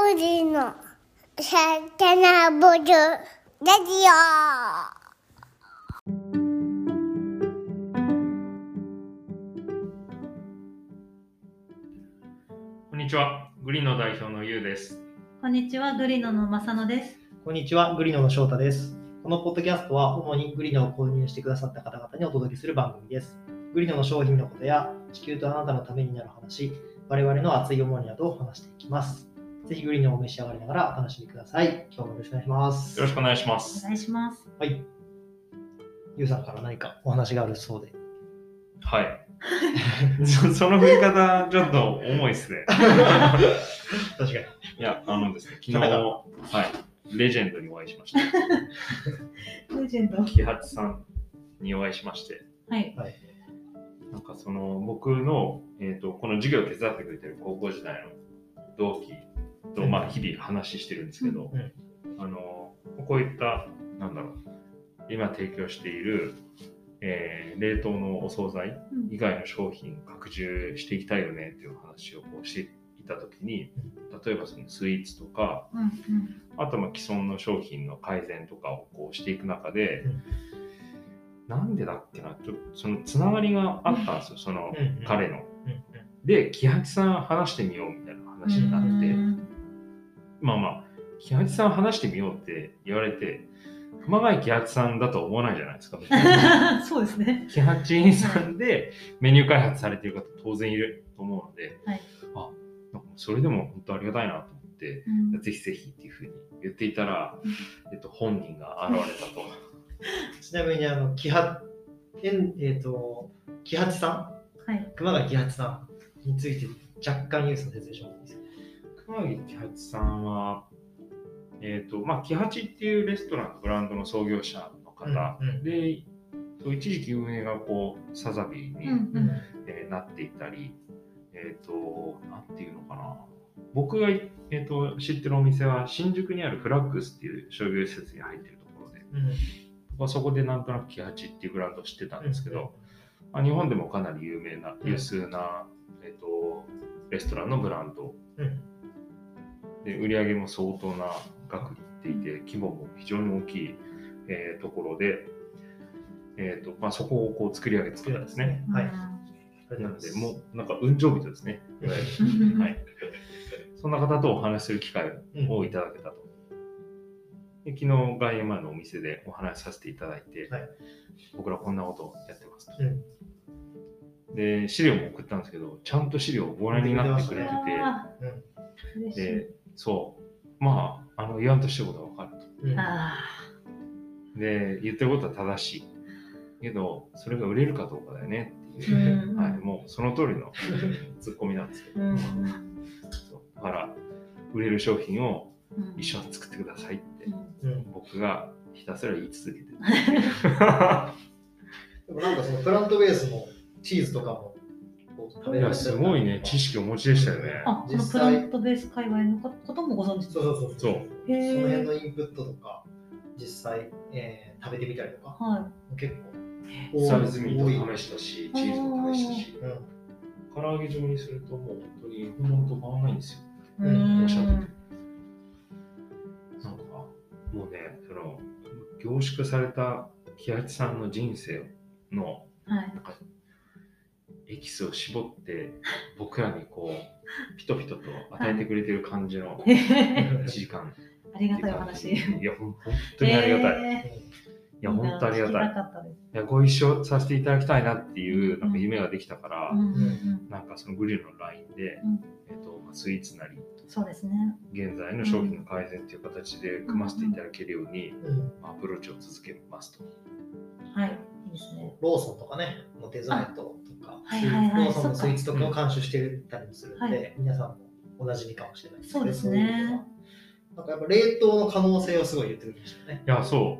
グリのサタナボルラジオ。 こんにちは、グリノ代表のゆうです。 こんにちは、グリノの正野です。 こんにちは、グリノの翔太です。このポッドキャストは主にグリノを購入してくださった方々にお届けする番組です。グリノの商品のことや地球とあなたのためになる話、我々の熱い思いなどを話していきます。ぜひグリノを召し上がりながらお楽しみください。今日もよろしくお願いします。 よろしくお願いします。 お願いします。 はい。ゆうさんから何かお話があるそうで。 はい。その振り方、ちょっと重いですね。 確かに。 いや、ですね、昨日、はい、レジェンドにお会いしました。 レジェンド。 喜八さんにお会いしまして、 はい。 なんか僕の、この授業を手伝ってくれてる高校時代の同期と、日々話してるんですけど、こういった、今提供している、冷凍のお惣菜以外の商品拡充していきたいよねっていう話をしていたときに、例えばそのスイーツとか、あと既存の商品の改善とかをしていく中で、なんでだっけな、ちょっとそのつながりがあったんですよ、その彼の。で、喜八さん話してみようみたいな話になって、喜八さん話してみようって言われて、熊谷喜八さんだとは思わないじゃないですか。 そうですね。 喜八さんでメニュー開発されている方当然いると思うので、なんかそれでも本当ありがたいなと思って、ぜひぜひっていうふうに言っていたら、本人が現れたと。 ちなみに喜八さん、熊谷喜八さんについて若干ユースの説明してもらっていいですか。 熊谷喜八さんは喜八っていうレストランのブランドの創業者の方、で、一時期運営がサザビーに、なっていたり、なんていうのかな。僕が、知ってるお店は新宿にあるフラッグスっていう商業施設に入っているところで、僕はそこでなんとなく喜八っていうブランドを知ってたんですけど、日本でもかなり有名な、有数な、レストランのブランド、で売り上げも相当な額いっていて、規模も非常に大きい、ところで、そこを作り上げてきたんですね。なので、もうなんか運上人ですね。いわゆる。そんな方とお話しする機会をいただけたと。で昨日外苑前のお店でお話しさせていただいて、僕らこんなことをやってますと。で、資料も送ったんですけど、ちゃんと資料をご覧になってくれてて、で、言わんとしてることが分かると。で、言ってることは正しい。けど、それが売れるかどうかだよねっていう、もうその通りのツッコミなんですけど、だから、売れる商品を一緒に作ってくださいって、僕がひたすら言い続けてる。 でもなんかそのプラントベースのチーズとかも食べられてる。すごいね、知識をお持ちでしたよね。 このプラントベース界隈のこともご存知ですか。 そう。その辺のインプットとか、実際、食べてみたりとか、結構サルズミートも試したし、チーズも試したし、唐揚げ状にするともう本当に本物と変わらないんですよ。おっしゃってて。なんか、もうね、凝縮された喜八さんの人生の、エキスを絞って僕らにピトピトと与えてくれてる感じの1時間。 ありがたいお話。 いや、本当にありがたい。いや、本当ありがたい。いや、ご一緒させていただきたいなっていうなんか夢ができたから、なんかそのグリルの LINE で、スイーツなり、 そうですね。 現在の商品の改善という形で組ませていただけるように、アプローチを続けますと。 はい、いいですね。 ローソンとかね、デザートとか、ローソンのスイーツとかを監修してたりもするので、皆さんもおなじみかもしれないですけど、 そうですね。 なんかやっぱ冷凍の可能性をすごい言ってくれましたね。 いや、そう、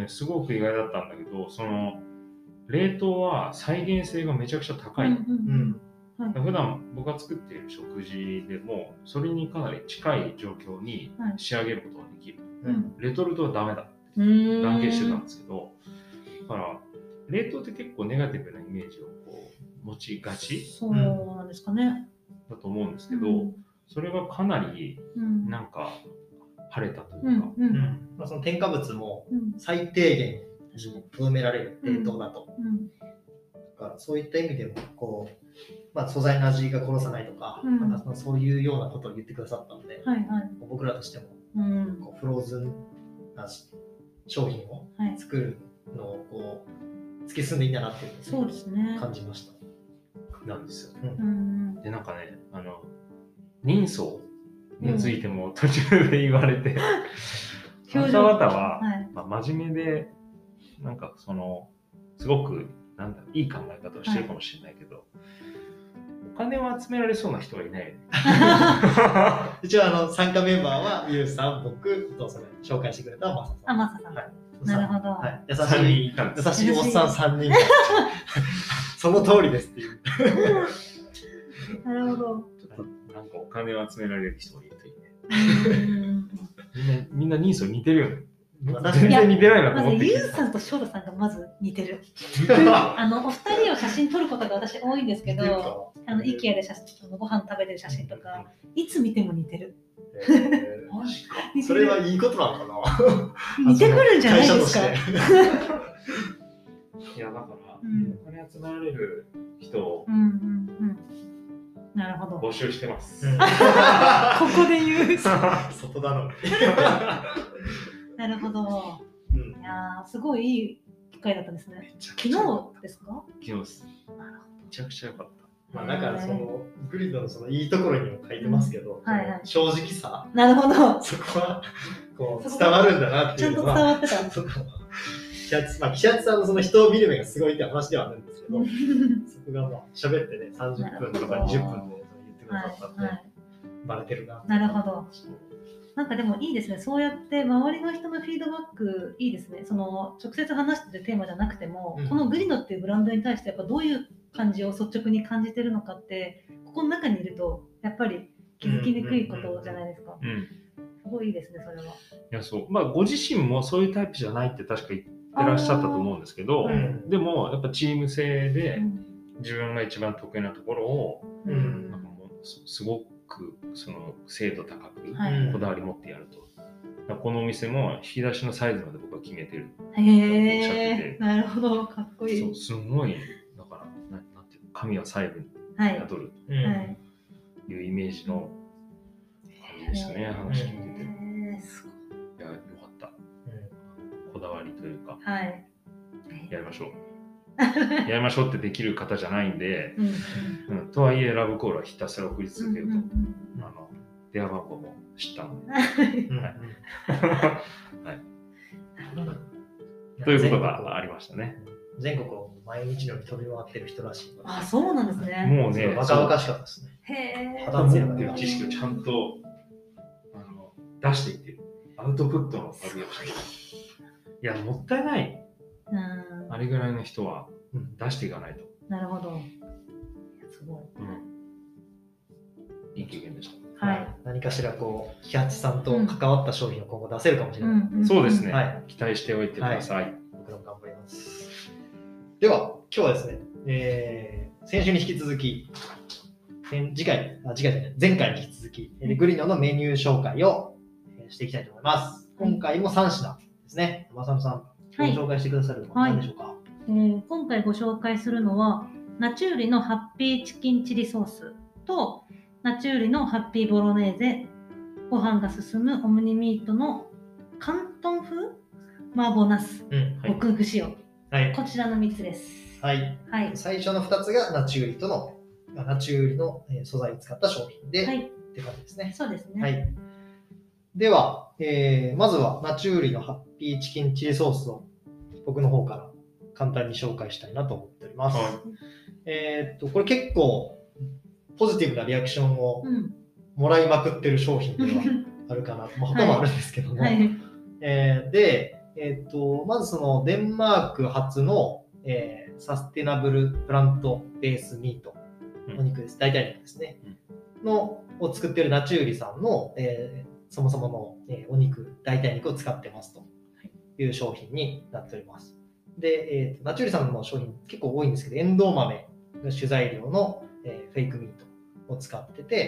すごく意外だったんだけど、冷凍は再現性がめちゃくちゃ高い。普段僕が作っている食事でも、それにかなり近い状況に仕上げることができる。レトルトはダメだって断言してたんですけど、だから冷凍って結構ネガティブなイメージを持ちがち。 そうなんですかね。 だと思うんですけど、 それがかなりなんか晴れたというか、 まあ、その添加物も最低限にとどめられる冷凍だと、だからそういった意味でもこう、まあ、素材の味が殺さないとか、なんかそういうようなことを言ってくださったので、僕らとしてもこうフローズンな商品を作るのをこう突き進んでいいんだなっていうのを感じました。 なんですよ。でなんかね人相についても途中で言われて、あなた方は、まあ、真面目でなんかそのすごくいい考え方をしてるかもしれないけど、お金を集められそうな人はいない。 一応参加メンバーはゆうさん、僕とそれ紹介してくれたマサさん。 マサさん。なるほど。 優しいおっさん3人。その通りですっていう。 なるほど。 なんかお金を集められる人がいるといいね。みんな人相似てるよね。全然似てないなと思って。 まずユウさんと翔太さんがまず似てる。お二人を写真撮ることが私多いんですけど、IKEA でご飯食べてる写真とか、いつ見ても似てる。 それはいいことなのかな。似てくるんじゃないですか。 いやだから、お金集められる人をなるほど募集してます。 ここで言う。 外だの。 なるほど。いやすごいいい機会だったんですね。昨日ですか？ 昨日です。めちゃくちゃ良かった。 まあだからそのグリッドのそのいいところにも書いてますけど、正直さ。 なるほど。 そこはこう伝わるんだなっていうのは。 ちゃんと伝わってた。岸谷さんのその人を見る目がすごいって話ではあるんですけど、そこがまあ喋ってね30分とか20分で言ってくださったんで、バレてるな。 なるほど。なんかでもいいですね。そうやって周りの人のフィードバックいいですね。その直接話してるテーマじゃなくても、このグリノっていうブランドに対してやっぱどういう感じを率直に感じてるのかってここの中にいるとやっぱり気づきにくいことじゃないですか。すごいいいですねそれは。いやそうまあご自身もそういうタイプじゃないって確か言ってらっしゃったと思うんですけど、でもやっぱチーム性で自分が一番得意なところを、なんかもうすごくその精度高くこだわり持ってやると、このお店も引き出しのサイズまで僕は決めてる。 なるほど、かっこいい。 そうすごいだからなんていうの神は細部に宿るというイメージの感じでしたね、話聞いてて。いやよかった。こだわりというか、やりましょう。やりましょうってできる方じゃないんで、とはいえラブコールはひたすら送り続けると、電話番号も知ったので、ということがありましたね。 全国を毎日のように飛び回ってる人らしい。 あ、そうなんですね。 もうね、 若々しかったですね。 へえ。 肌強い知識をちゃんと出していってる。アウトプットの旅をしてる。いや、もったいない。あれぐらいの人は出していかないと。 なるほど。すごい。いい経験でした。 何かしらこう、キャッチさんと関わった商品を今後出せるかもしれない。 そうですね。期待しておいてください。 僕も頑張ります。では、今日はですね、先週に引き続き、前回に引き続き、グリノのメニュー紹介をしていきたいと思います。今回も3品ですね。マサノさん、ご紹介してくださるのは何でしょうか？ 今回ご紹介するのは、ナチューリのハッピーチキンチリソースと、ナチューリのハッピーボロネーゼ、ご飯が進むオムニミートの広東風麻婆ナス、極串塩、こちらの3つです。 最初の2つがナチューリの素材を使った商品で、って感じですね。 そうですね。 では、まずはナチューリのハッピーチキンチリソースを僕の方から簡単に紹介したいなと思っております。これ結構ポジティブなリアクションをもらいまくってる商品ではあるかなと、他もあるんですけども。で、まずそのデンマーク発の、サステナブルプラントベースミート、お肉です。代替肉ですね。を作っているナチューリさんの、そもそもの、お肉、代替肉を使ってますという商品になっております。で、ナチューリさんの商品結構多いんですけど、エンドウ豆が主材料の、フェイクミートを使ってて、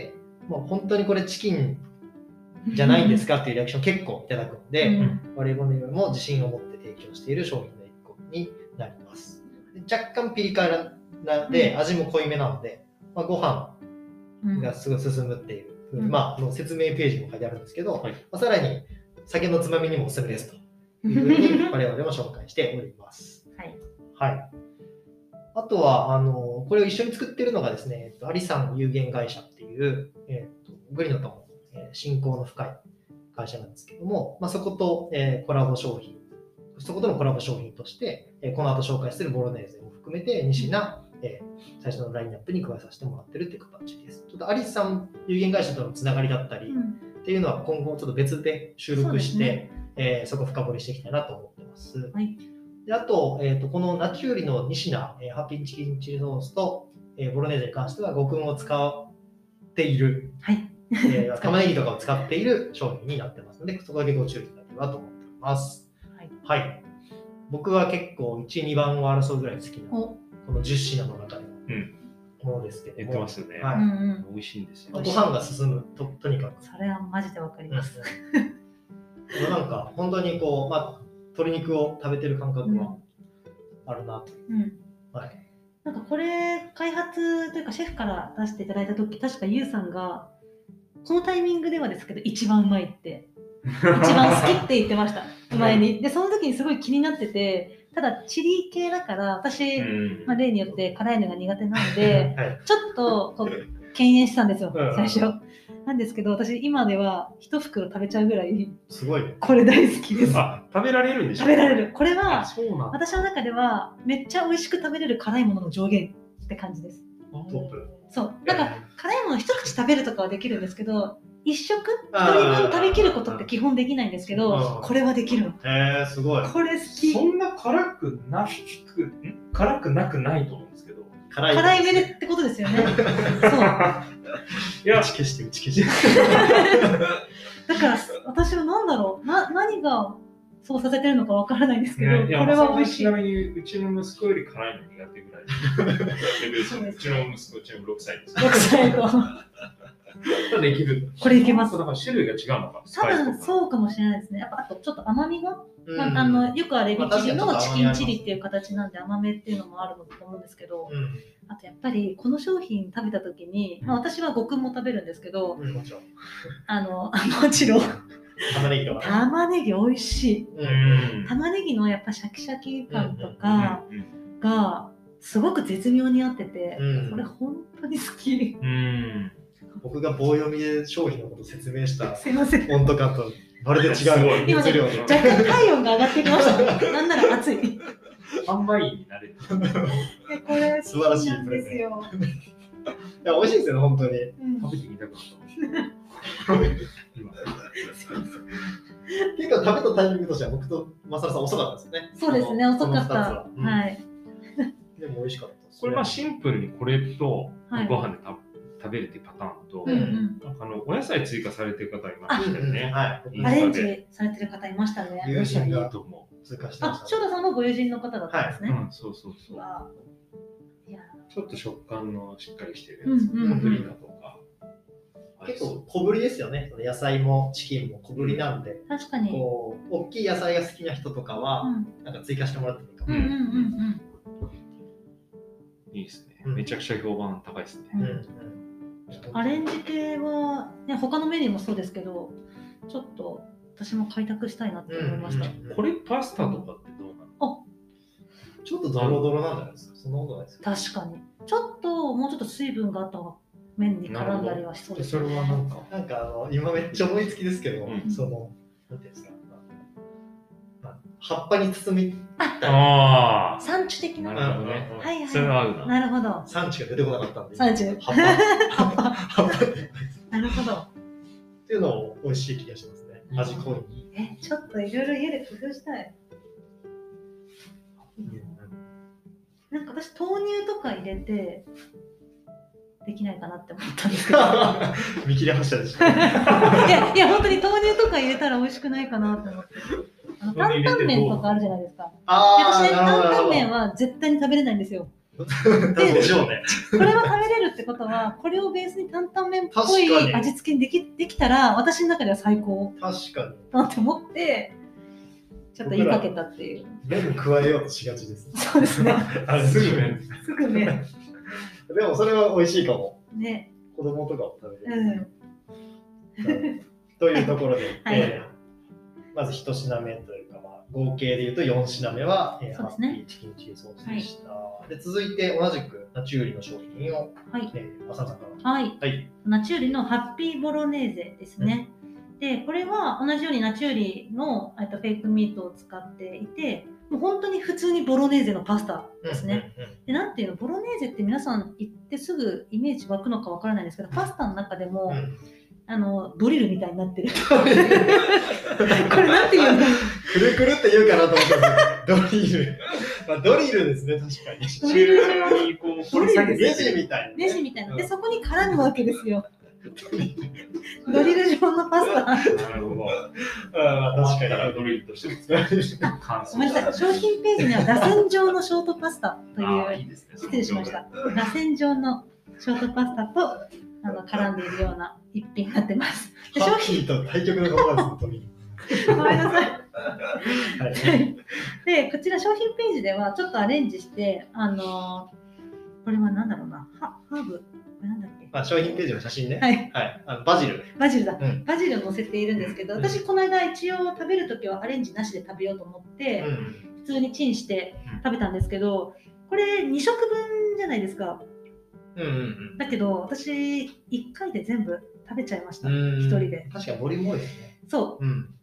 もう本当にこれチキンじゃないんですかっていうリアクション結構いただくので、我々よりも自信を持って提供している商品の一個になります。若干ピリ辛で味も濃いめなので、ご飯がすごい進むっていう、説明ページも書いてあるんですけど、さらに酒のつまみにもおすすめですというふうに我々も紹介しております。はい。あとはこれを一緒に作っているのがですね、アリさん有限会社っていう、グリノとも親交の深い会社なんですけども、そこと、コラボ商品、そことのコラボ商品として、この後紹介するボロネーゼも含めて2品、最初のラインナップに加えさせてもらってるっていう形です。ちょっとアリさん有限会社とのつながりだったりっていうのは今後ちょっと別で収録して、そこ深掘りしていきたいなと思ってます。であと、このナチューリの2品、ハッピーチキンチリソースと、ボロネーゼに関しては、ごくんを使っている、玉ねぎとかを使っている商品になってますので、そこだけご注意いただければと思っております。はい。僕は結構1、2番を争うぐらい好きな、この10品の中でのものですけども。 言ってますよね。美味しいんですよ。 ご飯が進む、とにかく。 それはマジでわかります。 なんか、本当にこう、鶏肉を食べてる感覚はあるなと。 なんかこれ開発というかシェフから出していただいた時、確かユウさんがこのタイミングではですけど一番うまいって一番好きって言ってました前に。でその時にすごい気になってて、ただチリ系だから私、例によって辛いのが苦手なんで、ちょっとこう敬遠してたんですよ、最初。なんですけど、私今では一袋食べちゃうぐらいすごいこれ大好きです。 食べられるんでしょ？ 食べられる。これは私の中ではめっちゃ美味しく食べれる辛いものの上限って感じです。そう、なんか辛いもの一口食べるとかはできるんですけく一人分食べきることって基本できないんですけど、これはできるの。 すごい。 これ好き。 そんな辛くなくないと思うんですけど。 辛い目でってことですよね。そう。 いや、打ち消して。 だから私は何だろう、何がそうさせてるのかわからないんですけど、これは美味しい。 ちなみにうちの息子より辛いの苦手ぐらい。うちの息子、6歳です。 6歳と。 できる。 これいけます。 だから種類が違うのか。 多分そうかもしれないですね。やっぱあとちょっと甘みが、よくあれエビチリのチキンチリっていう形なんで甘めっていうのもあるのと思うんですけど、あとやっぱりこの商品食べた時に、私はごくんも食べるんですけど、もちろん玉ねぎ美味しい。玉ねぎのやっぱシャキシャキ感とかがすごく絶妙に合ってて、これ本当に好き。 僕が棒読みで商品のこと説明したすいません温度感とまるで違う熱量で若干体温が上がってきましたなんなら熱い販売員になれるこれ素晴らしいプレゼン。いや美味しいですよね本当に。 食べてみたくなった結構食べたタイミングとしては僕とマサルさん遅かったですよね。 そうですね、遅かった。はい。 でも美味しかったです。 これシンプルにこれとご飯で食べるっていうパターンと、お野菜追加されてる方いましたよね。 アレンジされてる方いましたね。 友人が追加してました。 翔太さんもご友人の方だったんですね。 そうそうそう。 いやちょっと食感のしっかりしてるやつ、パプリカとか。 結構小ぶりですよね。野菜もチキンも小ぶりなんで、 確かにこう大きい野菜が好きな人とかはなんか追加してもらってもいいかも。 いいですね。めちゃくちゃ評判高いですね。 アレンジ系は、ね、他のメニューもそうですけど、ちょっと私も開拓したいなって思いました。 これパスタとかってどうなの？ ちょっとドロドロなんじゃないですか。そんなことないですか。 確かに。ちょっともうちょっと水分があった方が麺に絡んだりはしそうです。 それはなんか今めっちゃ思いつきですけど、そのなんていうんですか。葉っぱに包み産地的な。 なるほどね。 はいはい。 それは合うな。 なるほど。 産地が出てこなかったんで。 産地。 葉っぱ。 なるほど。 っていうのも美味しい気がしますね。味濃い。 ちょっといろいろ家で工夫したい。なんか私豆乳とか入れてできないかなって思ったんですけど。 見切り発車でした。 いや本当に豆乳とか入れたら美味しくないかなって思って。担々麺とかあるじゃないですか。私ね、担々麺は絶対に食べれないんですよ。 でしょうね。 これは食べれるってことは、これをベースに担々麺っぽい確かに味付けにできたら、私の中では最高確かに。 だって思って、ちょっと言いかけたっていう。 麺加えようとしがちです。 そうですね。 すぐ麺。 すぐね。 でもそれは美味しいかも。 ね。 子供とかも食べれる。 うん。 というところで、 はいまず1品目というか、合計でいうと4品目は、 そうですねハッピーチキンチリソースでした。で続いて同じくナチューリの商品を、 はい。 浅野さんから。 はい。 はい。 ナチューリのハッピーボロネーゼですね。で、これは同じようにナチューリのフェイクミートを使っていて、もう本当に普通にボロネーゼのパスタですね。で、なんていうの、ボロネーゼって皆さん言ってすぐイメージ湧くのかわからないんですけど、パスタの中でも、ドリルみたいになってる。これなんていうの？ くるくるって言うかなと思ったんですけど、ドリル。ドリルですね、確かに。 支柱にこう掘り下げてレジみたいな。 レジみたいな。で、そこに絡むわけですよ。ドリル状のパスタ。 なるほど。 確かに。 ドリルとして使われる。 ごめんなさい、商品ページには螺旋状のショートパスタという、 いいですね。 失礼しました。螺旋状のショートパスタと絡んでいるような一品になってます。でハッキーと対極の言葉ですね、 ごめんなさい。 はい、 で、こちら商品ページではちょっとアレンジして、これは何だろうな、ハーブ、これなんだっけ、 商品ページの写真ね。 はい。 バジル。 バジルだ、 バジルを載せているんですけど、私この間一応食べるときはアレンジなしで食べようと思って、普通にチンして食べたんですけど、これ2食分じゃないですか。だけど私1回で全部食べちゃいました、1人で。 確かにボリューム多いですね。 そう、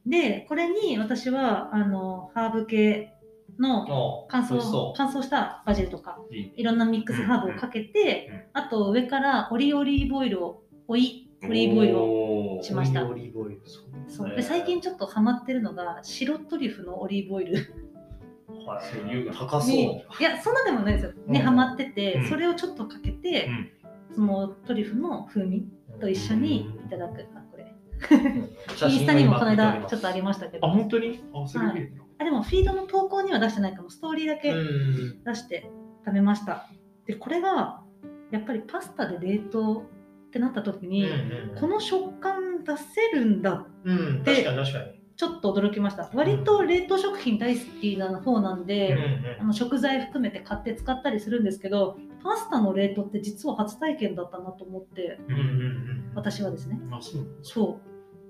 でこれに私はハーブ系の乾燥したバジルとかいろんなミックスハーブをかけて、あと上からオリーブオイルをしました。そうで最近ちょっとハマってるのが白トリュフのオリーブオイル。 高そう。 いや、そんなでもないですよ。にハマってて、それをちょっとかけて、そのトリュフの風味と一緒にいただく。これ。インスタにもこの間ちょっとありましたけど。 あ、本当に？それ見るの？ でもフィードの投稿には出してないかも。ストーリーだけ出して食べました。で、これがやっぱりパスタで冷凍ってなった時に、この食感出せるんだって。 確かに。 ちょっと驚きました。割と冷凍食品大好きな方なんで、食材含めて買って使ったりするんですけど、パスタの冷凍って実は初体験だったなと思って、私はですね。そう。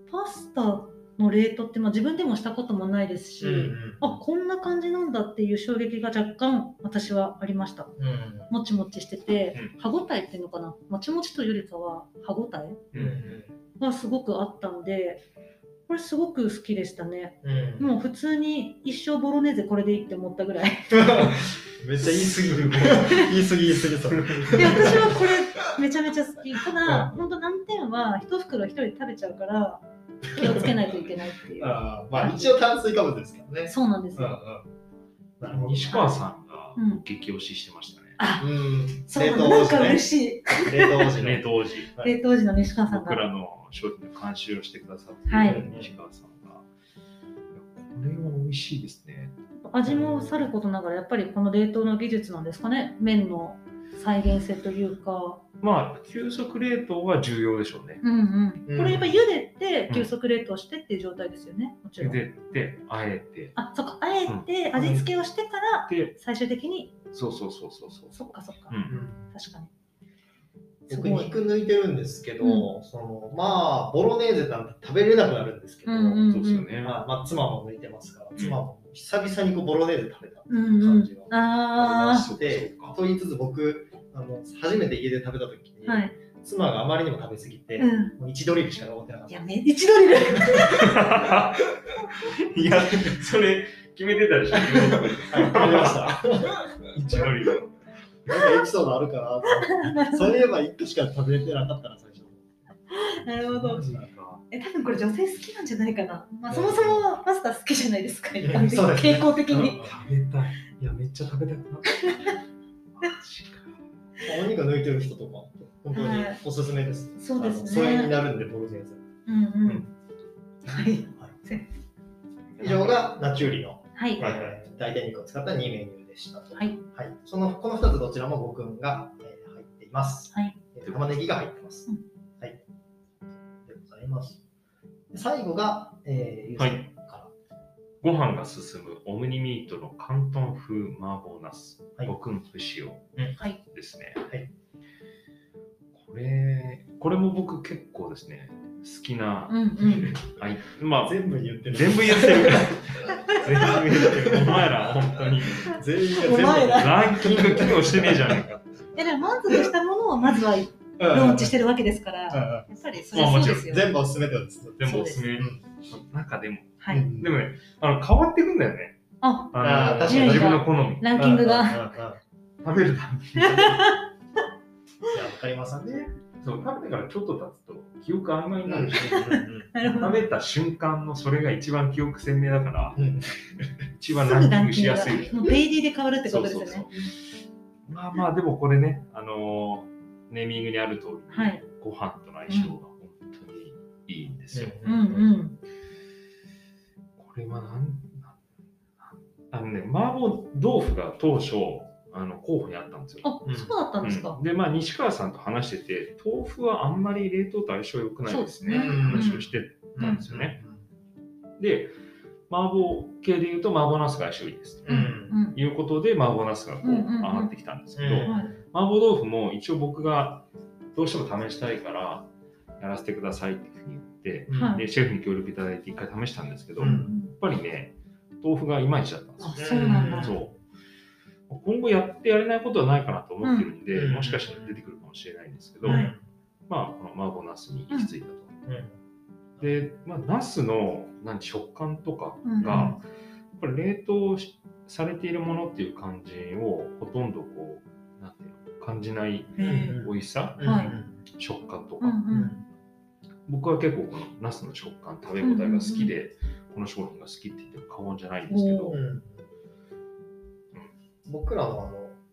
パスタの冷凍って自分でもしたこともないですし、こんな感じなんだっていう衝撃が若干私はありました。もちもちしてて、歯ごたえっていうのかな、もちもちというよりかは歯ごたえがすごくあったんで、これすごく好きでしたね。もう普通に一生ボロネーゼこれでいいって思ったぐらい。 めっちゃ言い過ぎる。言い過ぎそう。 で、私はこれめちゃめちゃ好き。ただ、本当難点は一袋一人食べちゃうから気をつけないといけないっていう。 一応炭水化物ですからね。 そうなんですよ。 西川さんが激推ししてましたね。 そうなんか嬉しい。 冷凍王子の西川さんが。 僕らの商品の監修をしてくださっている西川さんが、これは美味しいですね。 味もさることながらやっぱりこの冷凍の技術なんですかね。麺の再現性というか。 急速冷凍は重要でしょうね。 これやっぱ茹でて急速冷凍してっていう状態ですよね。もちろん。 茹でて、あえて。 そうか、あえて味付けをしてから最終的に。 そう。 そっか。確かに。 僕肉抜いてるんですけど、ボロネーゼなんて食べれなくなるんですけど、そうですよね。妻も抜いてますから、妻も久々にボロネーゼ食べた感じがありまして、と言いつつ僕初めて家で食べた時に、妻があまりにも食べ過ぎて、1ドリルしか残ってなかった。 1ドリルいや、それ決めてたでしょ。 決めました。 1ドリル。 なんかエピソードあるかなと思って。そういえば1個しか食べれてなかったな、最初。 なるほど。多分これ女性好きなんじゃないかな。そもそもパスタ好きじゃないですか、傾向的に。 食べたい。いや、めっちゃ食べたくなった。 お肉抜いてる人とか、本当におすすめです。 そうですね。 疎遠になるんで、ボロネーゼ。以上がナチューリの代替肉を使った2メニューででしたと。 はい。 はい、この2つどちらもごくんが、入っています。 はい。 玉ねぎが入ってます。はい。でございます。で最後が、ゆうさんから。 ご飯が進むオムニミートの広東風麻婆ナス、ごくん不使用ですね。 はい。 これも僕結構ですね、好きな、 まあ全部言ってる。 全部言ってる。お前ら本当に全員が全部ランキング機能してねえじゃねえか。 いやでも満足したものをまずはローンチしてるわけですから、やっぱりそれはそうですよね。 全部おすすめってことです。 全部おすすめ。中でも。 はい。 でもね、変わってくんだよね。 確かに自分の好み。 ランキングが。 食べるランキング。 わかりますね。 そう、食べてからちょっと経つと記憶曖昧になるし、食べた瞬間のそれが一番記憶鮮明だから、一番ランキングしやすい。 もうデイリーで変わるってことですよね。 まあでもこれね、ネーミングにある通り、ご飯との相性が本当にいいんですよ。これは麻婆豆腐が当初候補にあったんですよ。 あ、そうだったんですか。 で、西川さんと話してて、豆腐はあんまり冷凍と相性良くないですね。話をしてたんですよね。で、麻婆系で言うと麻婆ナスが相性いいです。ということで、麻婆ナスがこう上がってきたんですけど、麻婆豆腐も一応僕がどうしても試したいからやらせてくださいっていうふうに言って、でシェフに協力いただいて一回試したんですけど、やっぱりね、豆腐がいまいちだったんですよ。 そうなんだ。 今後やってやれないことはないかなと思ってるんで、もしかしたら出てくるかもしれないんですけど、この麻婆ナスに行き着いたと。で、ナスの食感とかが、やっぱり冷凍されているものっていう感じをほとんどこう、なんていうの、感じない美味しさ、食感とか。僕は結構このナスの食感、食べ応えが好きで、この商品が好きって言っても過言じゃないんですけど、 僕らの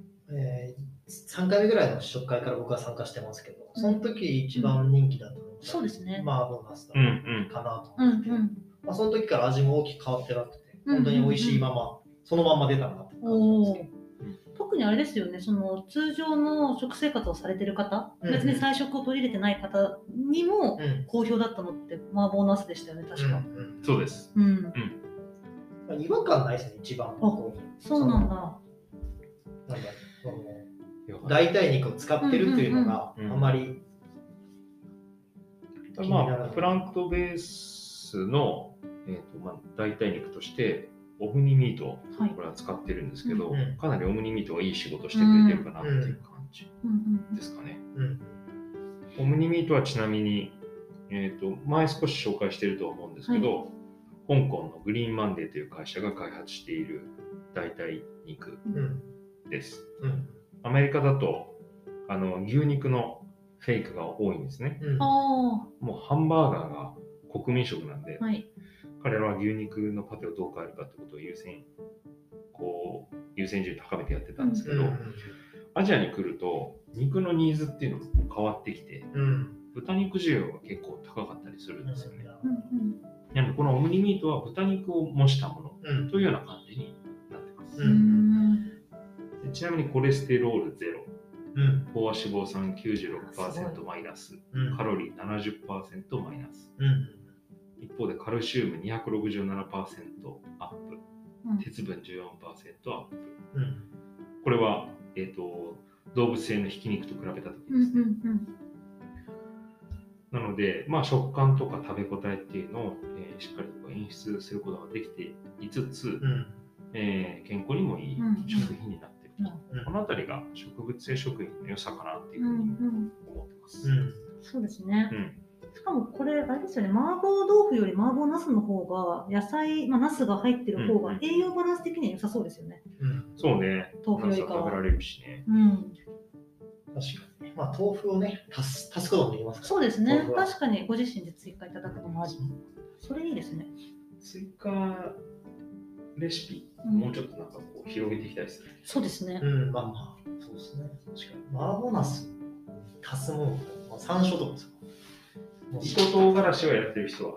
3回目ぐらいの試食会から僕は参加してますけど、その時一番人気だったのが、 そうですね。 麻婆ナスだかなと思って、その時から味も大きく変わってなくて、本当に美味しいまま、そのまま出たなって感じなんですけど。 特にあれですよね、その通常の食生活をされてる方、別に菜食を取り入れてない方にも好評だったのって麻婆ナスでしたよね、確か。 そうです。 違和感ないですね、一番。 そうなんだ。 代替肉を使ってるっていうのがあんまりプラントベースの、代替肉としてオムニミートをこれは使ってるんですけど、かなりオムニミートがいい仕事してくれてるかなっていう感じですかね。オムニミートはちなみに、前少し紹介してると思うんですけど、香港のグリーンマンデーという会社が開発している代替肉です。アメリカだと牛肉のフェイクが多いんですね。もうハンバーガーが国民食なんで、彼らは牛肉のパテをどう変えるかってことを優先順位高めてやってたんですけど、アジアに来ると肉のニーズっていうのも変わってきて、豚肉需要が結構高かったりするんですよね。なのでこのオムニミートは豚肉を模したものというような感じになってます。ちなみにコレステロールゼロ、飽和脂肪酸 96% マイナス、カロリー 70% マイナス。一方でカルシウム 267% アップ、鉄分 14% アップ。これは、動物性のひき肉と比べたときですね。なので、食感とか食べ応えっていうのを、しっかりと演出することができていつつ、健康にもいい食品になっていると。このあたりが植物性食品の良さかなっていうふうに思ってます。 そうですね。しかもこれ、あれですよね、麻婆豆腐より麻婆ナスの方が、野菜、ナスが入ってる方が栄養バランス的には良さそうですよね。 そうね。 豆腐よりかは。 食べられるしね。 確かに。豆腐をね、足すこともできますから。 そうですね。確かにご自身で追加いただくのもあり。それいいですね。 追加レシピ、もうちょっと広げていきたいですね。 そうですね。 そうですね。確かに。麻婆ナス足すもの、山椒とかですか。 糸唐辛子をやってる人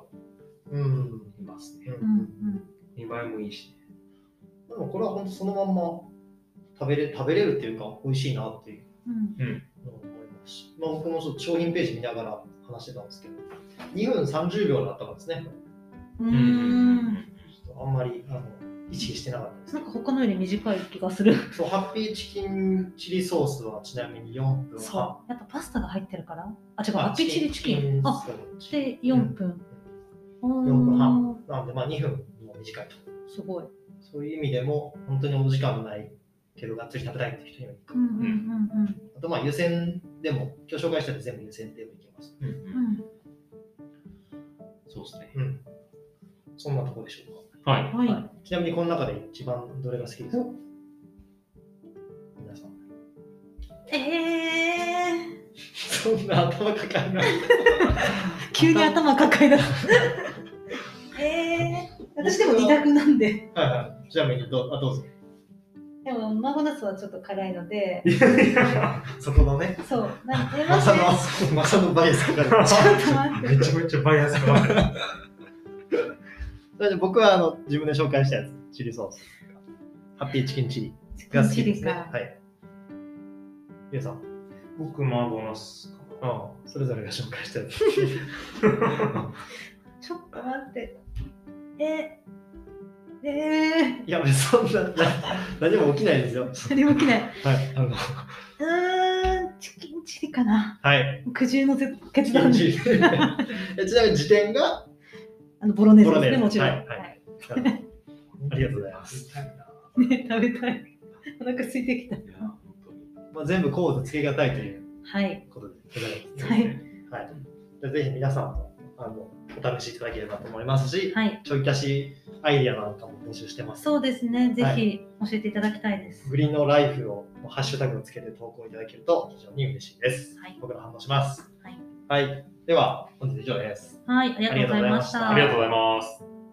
はいますね。見栄えもいいしね。 でもこれは本当そのまんま食べれるっていうか美味しいなっていううんのを思いますし、僕もちょっと商品ページ見ながら話してたんですけど、2分30秒だったんですね。ちょっとあんまり意識してなかったです。 なんか他のより短い気がする。 そう、ハッピーチキンチリソースはちなみに4分半。 そう、やっぱパスタが入ってるから。あ、違う、ハッピーチリチキン。で4分。 4分半。なんで2分も短いと。 すごい。 そういう意味でも本当にお時間ないけどがっつり食べたいっていう人にはいいかも。あと湯煎でも今日紹介したやつ全部湯煎でもいけます。 そうですね。 そんなところでしょうか。はい。 ちなみにこの中で一番どれが好きですか？皆さん。そんな頭抱えない。 急に頭抱えだ。私でも2択なんで。 ちなみにどうぞ。 でも孫ナスはちょっと辛いので。 そこのね。 そう。 まさのバイアスが。 ちょっと待って。 めちゃめちゃバイアスがある。 僕は自分で紹介したやつ、チリソース。ハッピーチキンチリが好きですね。はい。ゆうさん。 僕、マーボナスかな。 それぞれが紹介したやつ。 ちょっと待って。 いや、そんな、何も起きないですよ。 何も起きない。 はい。 チキンチリかな。 はい。 苦渋の決断。 ちなみに時点がボロネーゼですね、もちろん。 ありがとうございます。 ね、食べたい。お腹空いてきた。 全部コードつけがたいということでございます。はい。ぜひ皆さんもお試しいただければと思いますし、ちょい足しアイディアなんかも募集してます。 そうですね。ぜひ教えていただきたいです。 グリーンのライフをハッシュタグをつけて投稿いただけると非常に嬉しいです。僕ら反応します。はい。では本日以上です。 はい、ありがとうございました。 ありがとうございます。